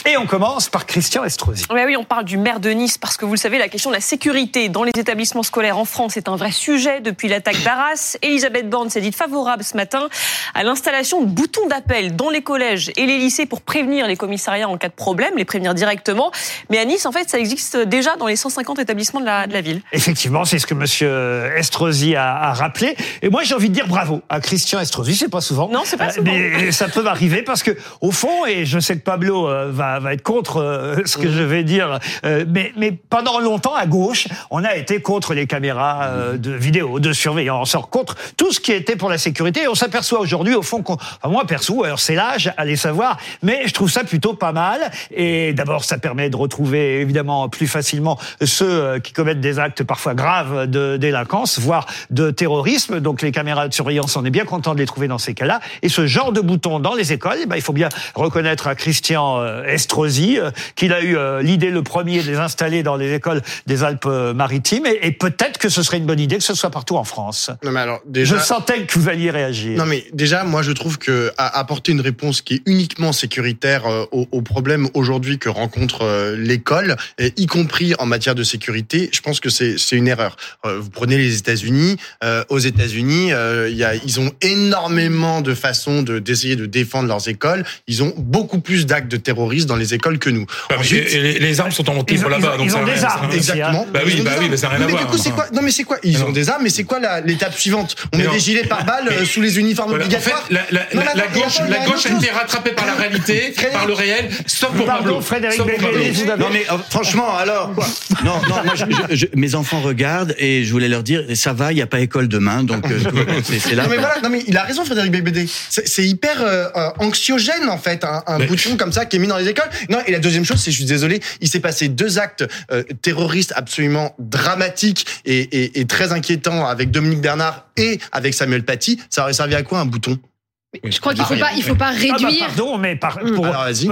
Et on commence par Christian Estrosi. Oui, on parle du maire de Nice parce que vous le savez, la question de la sécurité dans les établissements scolaires en France est un vrai sujet depuis l'attaque d'Arras. Elisabeth Borne s'est dite favorable ce matin à l'installation de boutons d'appel dans les collèges et les lycées pour prévenir les commissariats en cas de problème, les prévenir directement. Mais à Nice, en fait, ça existe déjà dans les 150 établissements de la ville. Effectivement, c'est ce que monsieur Estrosi a rappelé. Et moi, j'ai envie de dire bravo à Christian Estrosi. C'est pas souvent. Non, c'est pas souvent. Mais ça peut m'arriver parce que, au fond, et je sais que Pablo va être contre ce que je vais dire, mais pendant longtemps, à gauche, on a été contre les caméras de vidéo, de surveillance, contre tout ce qui était pour la sécurité. Et on s'aperçoit aujourd'hui, au fond, moi perso, alors c'est l'âge, allez savoir, mais je trouve ça plutôt pas mal. Et d'abord, ça permet de retrouver évidemment plus facilement ceux qui commettent des actes parfois graves de délinquance, voire de terrorisme. Donc les caméras de surveillance, on est bien content de les trouver dans ces cas-là. Et ce genre de boutons dans les écoles, il faut bien reconnaître à Christian Estrosi qu'il a eu l'idée le premier de les installer dans les écoles des Alpes-Maritimes. Et peut-être que ce serait une bonne idée que ce soit partout en France. Non, mais alors, déjà, je sentais que vous alliez réagir. Non, mais déjà, moi, je trouve que apporter une réponse qui est uniquement sécuritaire aux problèmes aujourd'hui que rencontre l'école, y compris en matière de sécurité, je pense que c'est une erreur. Vous prenez les États-Unis. Aux États-Unis, ils ont énormément de façons d'essayer de défendre leurs écoles. Ils ont beaucoup plus d'actes de terrorisme dans les écoles que nous. Ensuite, les armes sont en vente libre là-bas. Ils ont des armes. Exactement. Bah oui, mais ça n'a rien à voir. Du coup, c'est quoi? Non, mais c'est quoi? Ils ont des armes, mais c'est quoi l'étape suivante? On met des gilets pare-balles sous les uniformes obligatoires. En fait, la gauche a été rattrapée par la réalité, par le réel, sauf pour Pablo. Frédéric Bébé. Non mais franchement, alors non, moi mes enfants regardent et je voulais leur dire ça va, il y a pas école demain, donc c'est là. Non mais voilà, non mais il a raison Frédéric Bébé. C'est hyper anxiogène en fait, un bouton comme ça qui est mis dans les écoles. Non, et la deuxième chose, c'est, je suis désolé, il s'est passé 2 actes terroristes absolument dramatiques et très inquiétants avec Dominique Bernard et avec Samuel Paty. Ça aurait servi à quoi un bouton? Je crois qu'il faut pas réduire. Pardon, mais Alors vas-y.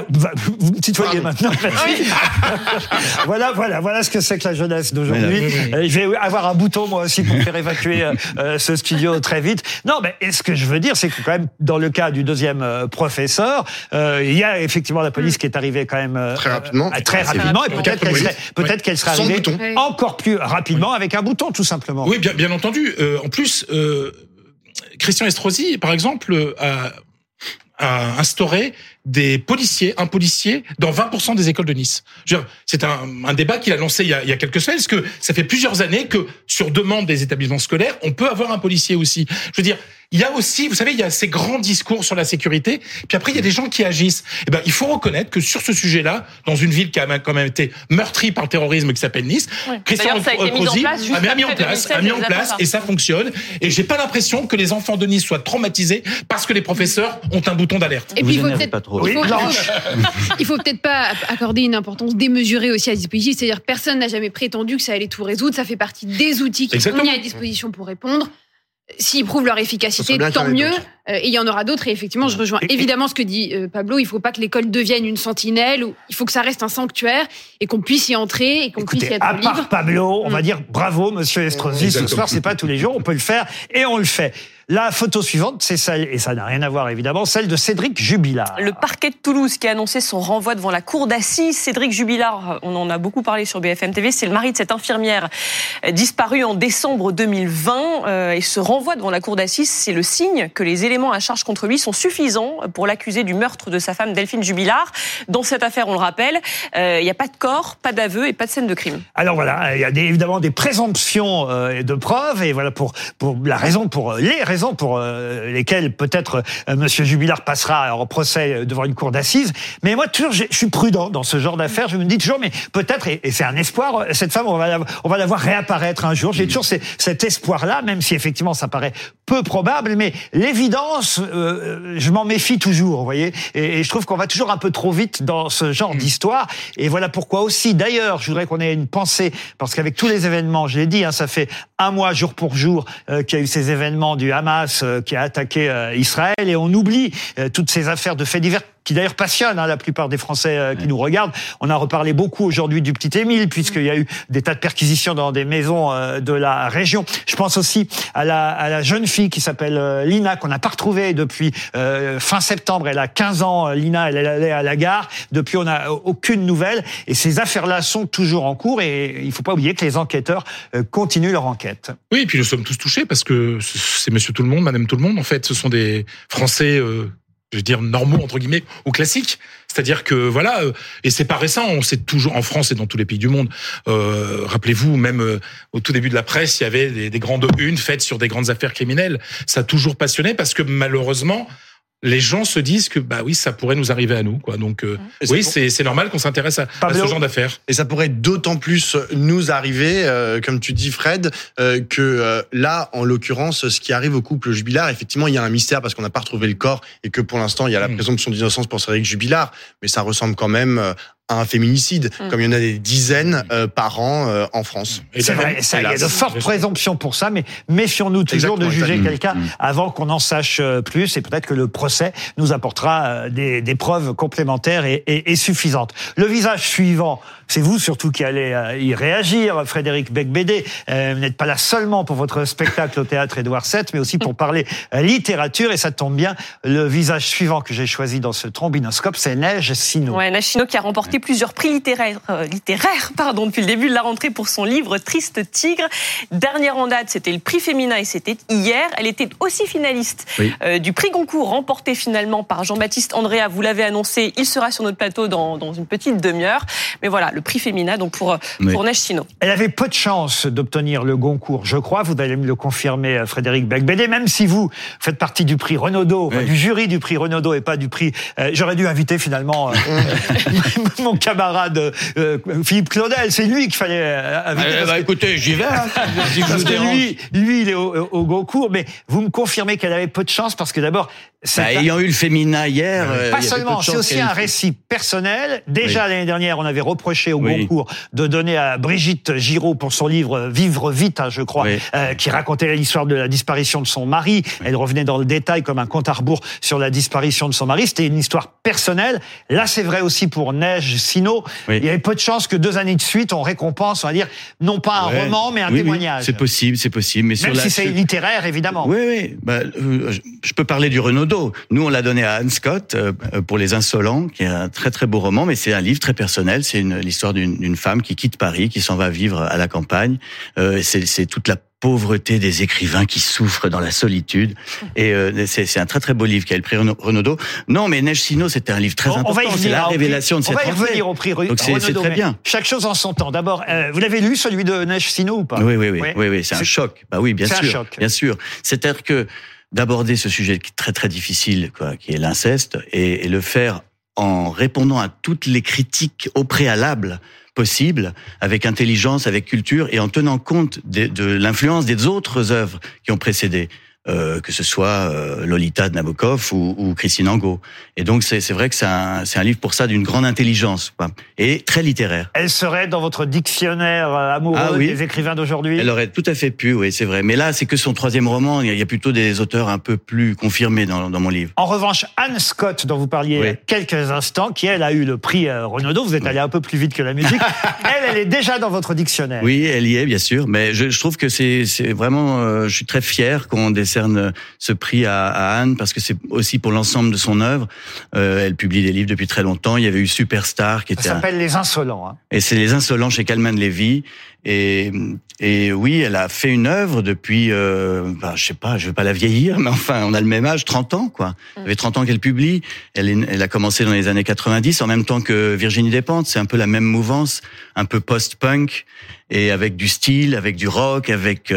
Vous me tutoyez maintenant. Voilà ce que c'est que la jeunesse d'aujourd'hui. Je vais avoir un bouton moi aussi pour faire évacuer ce studio très vite. Non, mais ce que je veux dire, c'est que quand même dans le cas du deuxième professeur, il y a effectivement la police qui est arrivée quand même très rapidement, et peut-être qu'elle serait arrivée encore plus rapidement avec un bouton tout simplement. Oui, bien entendu. En plus. Christian Estrosi, par exemple, a instauré un policier dans 20% des écoles de Nice. C'est un débat qu'il a lancé il y a quelques semaines, parce que ça fait plusieurs années que, sur demande des établissements scolaires, on peut avoir un policier aussi. Je veux dire, il y a aussi, vous savez, il y a ces grands discours sur la sécurité, puis après il y a des gens qui agissent. Eh ben, il faut reconnaître que sur ce sujet-là, dans une ville qui a quand même été meurtrie par le terrorisme qui s'appelle Nice, Christian Estrosi a mis en place et ça fonctionne. Et j'ai pas l'impression que les enfants de Nice soient traumatisés parce que les professeurs ont un bouton d'alerte. Et puis il faut peut-être pas accorder une importance démesurée aussi à ce dispositif. C'est-à-dire personne n'a jamais prétendu que ça allait tout résoudre. Ça fait partie des outils qui sont mis à disposition pour répondre. S'ils prouvent leur efficacité, tant mieux. Et il y en aura d'autres. Et effectivement, je rejoins évidemment ce que dit Pablo. Il ne faut pas que l'école devienne une sentinelle. Il faut que ça reste un sanctuaire et qu'on puisse y entrer et qu'on puisse y être libre. À part Pablo, on va dire bravo, monsieur Estrosi. Ce soir, c'est pas tous les jours. On peut le faire et on le fait. La photo suivante, c'est celle, et ça n'a rien à voir évidemment, celle de Cédric Jubilard. Le parquet de Toulouse qui a annoncé son renvoi devant la cour d'assises. Cédric Jubilard, on en a beaucoup parlé sur BFM TV, c'est le mari de cette infirmière disparue en décembre 2020. Et ce renvoi devant la cour d'assises, c'est le signe que les éléments à charge contre lui sont suffisants pour l'accuser du meurtre de sa femme Delphine Jubilard. Dans cette affaire, on le rappelle, il n'y a pas de corps, pas d'aveu et pas de scène de crime. Alors voilà, il y a évidemment des présomptions de preuves, et voilà pour les raisons pour lesquelles peut-être monsieur Jubilard passera en procès devant une cour d'assises. Mais moi, toujours, je suis prudent dans ce genre d'affaires. Je me dis toujours, mais peut-être, et c'est un espoir, cette femme, on va la voir réapparaître un jour. J'ai toujours cet espoir-là, même si effectivement ça paraît peu probable, mais l'évidence, je m'en méfie toujours, vous voyez. Et je trouve qu'on va toujours un peu trop vite dans ce genre d'histoire. Et voilà pourquoi aussi, d'ailleurs, je voudrais qu'on ait une pensée, parce qu'avec tous les événements, je l'ai dit, ça fait un mois jour pour jour qu'il y a eu ces événements du Hamas qui a attaqué Israël, et on oublie toutes ces affaires de faits divers qui d'ailleurs passionne la plupart des Français qui nous regardent. On a reparlé beaucoup aujourd'hui du petit Émile, puisqu'il y a eu des tas de perquisitions dans des maisons de la région. Je pense aussi à la jeune fille qui s'appelle Lina, qu'on n'a pas retrouvée depuis fin septembre. Elle a 15 ans, Lina, elle allait à la gare. Depuis, on n'a aucune nouvelle. Et ces affaires-là sont toujours en cours. Et il ne faut pas oublier que les enquêteurs continuent leur enquête. Oui, et puis nous sommes tous touchés parce que c'est monsieur tout le monde, madame tout le monde. En fait, ce sont des Français... je veux dire normaux entre guillemets ou classiques, c'est-à-dire que voilà, et c'est pas récent, on sait toujours en France et dans tous les pays du monde. Rappelez-vous, même au tout début de la presse, il y avait des grandes unes faites sur des grandes affaires criminelles. Ça a toujours passionné parce que malheureusement, les gens se disent que bah oui, ça pourrait nous arriver à nous, quoi. Donc oui, c'est normal qu'on s'intéresse à ce genre d'affaires. Et ça pourrait d'autant plus nous arriver, comme tu dis, Fred, que là, en l'occurrence, ce qui arrive au couple Jubilard, effectivement, il y a un mystère parce qu'on n'a pas retrouvé le corps et que pour l'instant, il y a la présomption d'innocence pour Cédric Jubilard, mais ça ressemble quand même à un féminicide, comme il y en a des dizaines par an en France. C'est vrai, il y a de fortes présomptions pour ça, mais méfions-nous toujours de juger quelqu'un avant qu'on en sache plus, et peut-être que le procès nous apportera des preuves complémentaires et suffisantes. Le visage suivant, c'est vous surtout qui allez y réagir, Frédéric Becbédé. Vous n'êtes pas là seulement pour votre spectacle au théâtre Édouard VII, mais aussi pour parler littérature, et ça tombe bien, le visage suivant que j'ai choisi dans ce trombinoscope, c'est Neige Sino. Ouais, Neige Sino qui a remporté plusieurs prix littéraires depuis le début de la rentrée pour son livre Triste Tigre. Dernière en date, c'était le prix Féminin et c'était hier. Elle était aussi finaliste du prix Goncourt, remporté finalement par Jean-Baptiste Andréa. Vous l'avez annoncé, il sera sur notre plateau dans une petite demi-heure. Mais voilà, le prix Féminin donc pour Neige Sino. Elle avait peu de chance d'obtenir le Goncourt, je crois. Vous allez me le confirmer, Frédéric Becbédé, même si vous faites partie du prix Renaudot, du jury du prix Renaudot et pas du prix... J'aurais dû inviter finalement mon camarade Philippe Claudel, c'est lui qu'il fallait inviter. Écoutez, j'y vais. Parce que lui, il est au Goncourt, mais vous me confirmez qu'elle avait peu de chance parce que d'abord... ayant eu le Féminin hier... Pas seulement, c'est aussi un récit personnel. Déjà l'année dernière, on avait reproché au Goncourt de donner à Brigitte Giraud pour son livre Vivre vite, je crois, qui racontait l'histoire de la disparition de son mari. Elle revenait dans le détail comme un compte à rebours sur la disparition de son mari. C'était une histoire personnelle. Là, c'est vrai aussi pour Neige Sino. Il y avait peu de chances que 2 années de suite, on récompense, on va dire, non pas un roman, mais un témoignage. C'est possible. Mais même si c'est littéraire, évidemment. Oui. Je peux parler du Renaudot. Nous, on l'a donné à Anne Scott pour Les Insolents, qui est un très très beau roman, mais c'est un livre très personnel. C'est l'histoire d'une femme qui quitte Paris, qui s'en va vivre à la campagne. C'est toute la pauvreté des écrivains qui souffrent dans la solitude. Et c'est un très très beau livre qui a le prix Renaudot. Non, mais Neige Sino, c'était un livre très important. C'est la révélation de cette rentrée. On va y revenir au prix Renaudot. Donc c'est très bien. Chaque chose en son temps. D'abord, vous l'avez lu, celui de Neige Sino ou pas? Oui, c'est un choc. Bah oui, bien sûr. Bien sûr. C'est-à-dire que d'aborder ce sujet très très difficile, qui est l'inceste, et le faire en répondant à toutes les critiques au préalable possibles, avec intelligence, avec culture, et en tenant compte de l'influence des autres œuvres qui ont précédé. Que ce soit Lolita de Nabokov ou Christine Angot. Et donc c'est vrai que c'est un livre pour ça d'une grande intelligence, et très littéraire. Elle serait dans votre dictionnaire amoureux des écrivains d'aujourd'hui? Elle aurait tout à fait pu, oui, c'est vrai. Mais là, c'est que son 3e roman. Il y a plutôt des auteurs un peu plus confirmés dans mon livre. En revanche, Anne Scott, dont vous parliez il y a quelques instants, qui elle a eu le prix Renaudot, vous êtes allé un peu plus vite que la musique. elle est déjà dans votre dictionnaire. Oui, elle y est, bien sûr. Mais je trouve que c'est vraiment, je suis très fier qu'on décerne ce prix à Anne, parce que c'est aussi pour l'ensemble de son œuvre. Elle publie des livres depuis très longtemps. Il y avait eu Superstar, qui était... Ça s'appelle Les Insolents. Et c'est Les Insolents chez Calman Levy. Et oui, elle a fait une œuvre depuis, je sais pas, je veux pas la vieillir, mais enfin, on a le même âge, 30 ans, quoi. Ça fait 30 ans qu'elle publie. Elle a commencé dans les années 90, en même temps que Virginie Despentes. C'est un peu la même mouvance, un peu post-punk, et avec du style, avec du rock, avec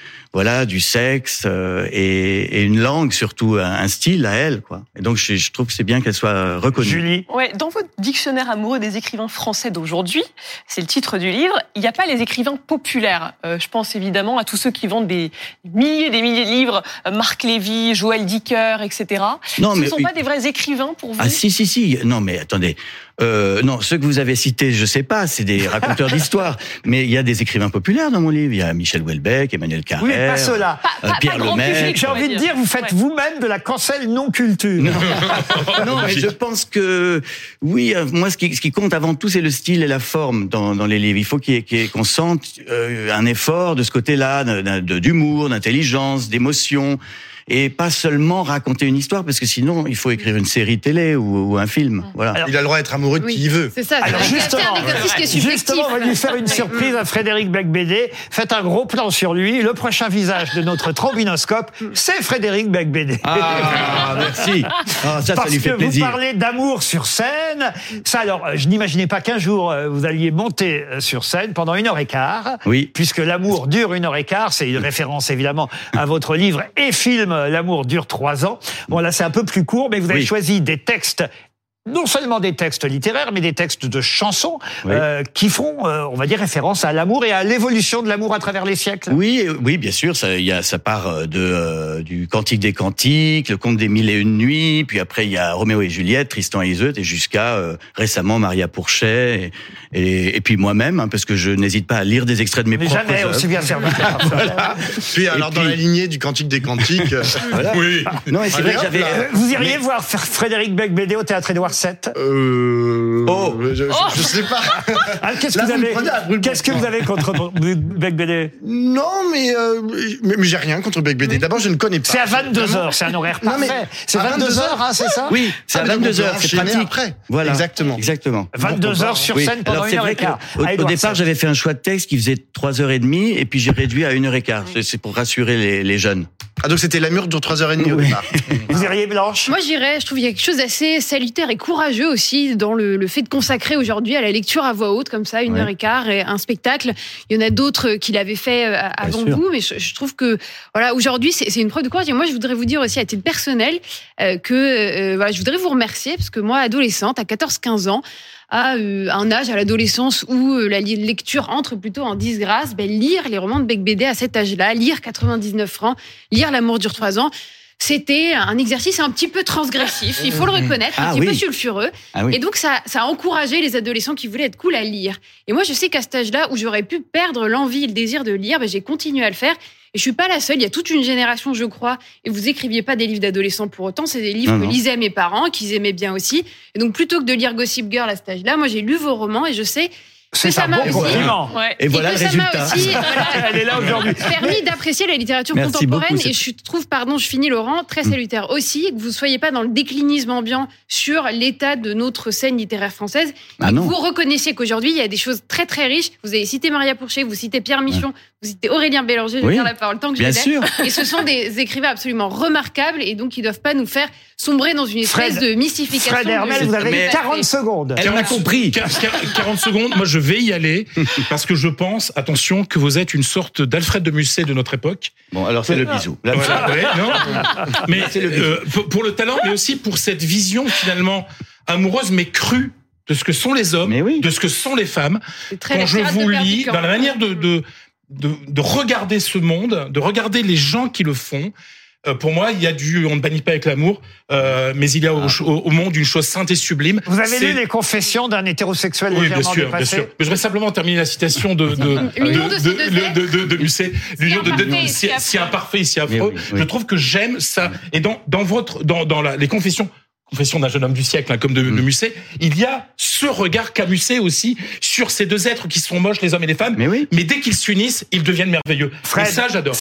du sexe, et une langue surtout, un style à elle, quoi. Et donc je trouve que c'est bien qu'elle soit reconnue. Julie. Ouais, dans votre dictionnaire amoureux des écrivains français d'aujourd'hui, c'est le titre du livre, il n'y a pas les écrivains populaires. Je pense évidemment à tous ceux qui vendent des milliers de livres, Marc Lévy, Joël Dicker, etc. Non, Ce ne sont pas des vrais écrivains pour vous? Ah si. Non, mais attendez. Non, ceux que vous avez cités, je sais pas, c'est des raconteurs d'histoire. Mais il y a des écrivains populaires dans mon livre. Il y a Michel Houellebecq, Emmanuel Carrère, oui, mais pas ceux-là. Pierre Lemaitre. J'ai envie de dire, vous faites vous-même de la cancel non-culture. Non, mais je pense que, oui, moi, ce qui compte avant tout, c'est le style et la forme dans les livres. Il faut qu'on sente un effort de ce côté-là, d'humour, d'intelligence, d'émotion. Et pas seulement raconter une histoire, parce que sinon, il faut écrire une série télé ou un film. Voilà. Alors, il a le droit d'être amoureux de qui il veut. C'est ça. Alors c'est un exercice qui est subjectif. on va lui faire une surprise à Frédéric Becbédé. Faites un gros plan sur lui. Le prochain visage de notre trombinoscope, c'est Frédéric Becbédé. Ah, merci. Ah, ça lui fait plaisir. Parce que vous parlez d'amour sur scène. Ça, alors, je n'imaginais pas qu'un jour, vous alliez monter sur scène pendant 1h15. Oui. Puisque l'amour dure 1h15. C'est une référence, évidemment, à votre livre et film L'amour dure 3 ans. Bon, là, c'est un peu plus court, mais vous avez choisi des textes, non seulement des textes littéraires, mais des textes de chansons qui font, on va dire, référence à l'amour et à l'évolution de l'amour à travers les siècles. Oui, bien sûr. Ça part du Cantique des Cantiques, le Conte des Mille et Une Nuits, puis après il y a Roméo et Juliette, Tristan et Iseult, et jusqu'à récemment Maria Pourchet, et puis moi-même, hein, parce que je n'hésite pas à lire des extraits de mes propres œuvres. Jamais aussi bien servi. Voilà. Puis alors dans la lignée du Cantique des Cantiques. Voilà. Oui. Non, et c'est vrai que j'avais. Vous iriez voir Frédéric Becbédé au Théâtre Édouard VII? Je sais pas. Ah, qu'est-ce que vous avez contre Becbédé? Non, mais j'ai rien contre Becbédé. D'abord, je ne connais pas. C'est à 22h, c'est un horaire parfait. C'est 22h, hein, c'est ça? Oui, c'est à 22h, c'est pratique. Après. Voilà. Exactement. 22h sur scène pendant 1h15. Au départ, j'avais fait un choix de texte qui faisait 3h30 et puis j'ai réduit à 1h15. C'est pour rassurer les jeunes. Ah, donc c'était l'amour de 3h30 au départ. Vous iriez, Blanche? Moi, j'irais. Je trouve qu'il y a quelque chose d'assez salutaire et courageux aussi dans le fait de consacrer aujourd'hui à la lecture à voix haute, comme ça, 1h15 et un spectacle. Il y en a d'autres qui l'avaient fait avant vous, mais je trouve que, voilà, aujourd'hui, c'est une preuve de courage. Et moi, je voudrais vous dire aussi, à titre personnel, que, voilà, je voudrais vous remercier, parce que moi, adolescente, à 14-15 ans, à un âge, à l'adolescence, où la lecture entre plutôt en disgrâce, lire les romans de Becbédé à cet âge-là, lire 99 francs, lire L'amour dure 3 ans, c'était un exercice un petit peu transgressif, il faut le reconnaître, un petit peu sulfureux. Et donc, ça a encouragé les adolescents qui voulaient être cool à lire. Et moi, je sais qu'à cet âge-là, où j'aurais pu perdre l'envie et le désir de lire, j'ai continué à le faire. Et je suis pas la seule, il y a toute une génération, je crois, et vous écriviez pas des livres d'adolescents pour autant, c'est des livres que lisaient mes parents, qu'ils aimaient bien aussi. Et donc, plutôt que de lire Gossip Girl à cet âge-là, moi, j'ai lu vos romans et je sais que ça m'a aussi, et voilà le résultat. Elle est là aujourd'hui. Permis d'apprécier la littérature contemporaine. Et je trouve, je finis Laurent, très salutaire aussi, que vous soyez pas dans le déclinisme ambiant sur l'état de notre scène littéraire française. Et que vous reconnaissiez qu'aujourd'hui, il y a des choses très très riches. Vous avez cité Maria Pourchet, vous citez Pierre Michon, vous citez Aurélien Bélanger, je vais dire la parole tant que je l'ai. Et ce sont des écrivains absolument remarquables et donc ils doivent pas nous faire sombrer dans une espèce de mystification. Fred Hermel, vous avez 40 secondes. Elle m'a compris. 40 secondes, moi je vais y aller parce que je pense, attention, que vous êtes une sorte d'Alfred de Musset de notre époque. Bon, alors c'est le bisou. Voilà, non. Mais pour le talent, mais aussi pour cette vision finalement amoureuse mais crue de ce que sont les hommes, de ce que sont les femmes. Quand je vous lis, dans la manière de regarder ce monde, de regarder les gens qui le font. Pour moi, il y a on ne bannit pas avec l'amour, mais il y a au monde une chose sainte et sublime. Vous avez lu les confessions d'un hétérosexuel légèrement dépassé? Bien sûr. Mais je voudrais simplement terminer la citation de Musset. L'union de deux, si imparfait, si affreux. Je trouve que j'aime ça. Et dans les confession d'un jeune homme du siècle, comme de Musset, il y a ce regard qu'a Musset aussi sur ces deux êtres qui sont moches, les hommes et les femmes, mais dès qu'ils s'unissent, ils deviennent merveilleux. Fred, et ça, j'adore.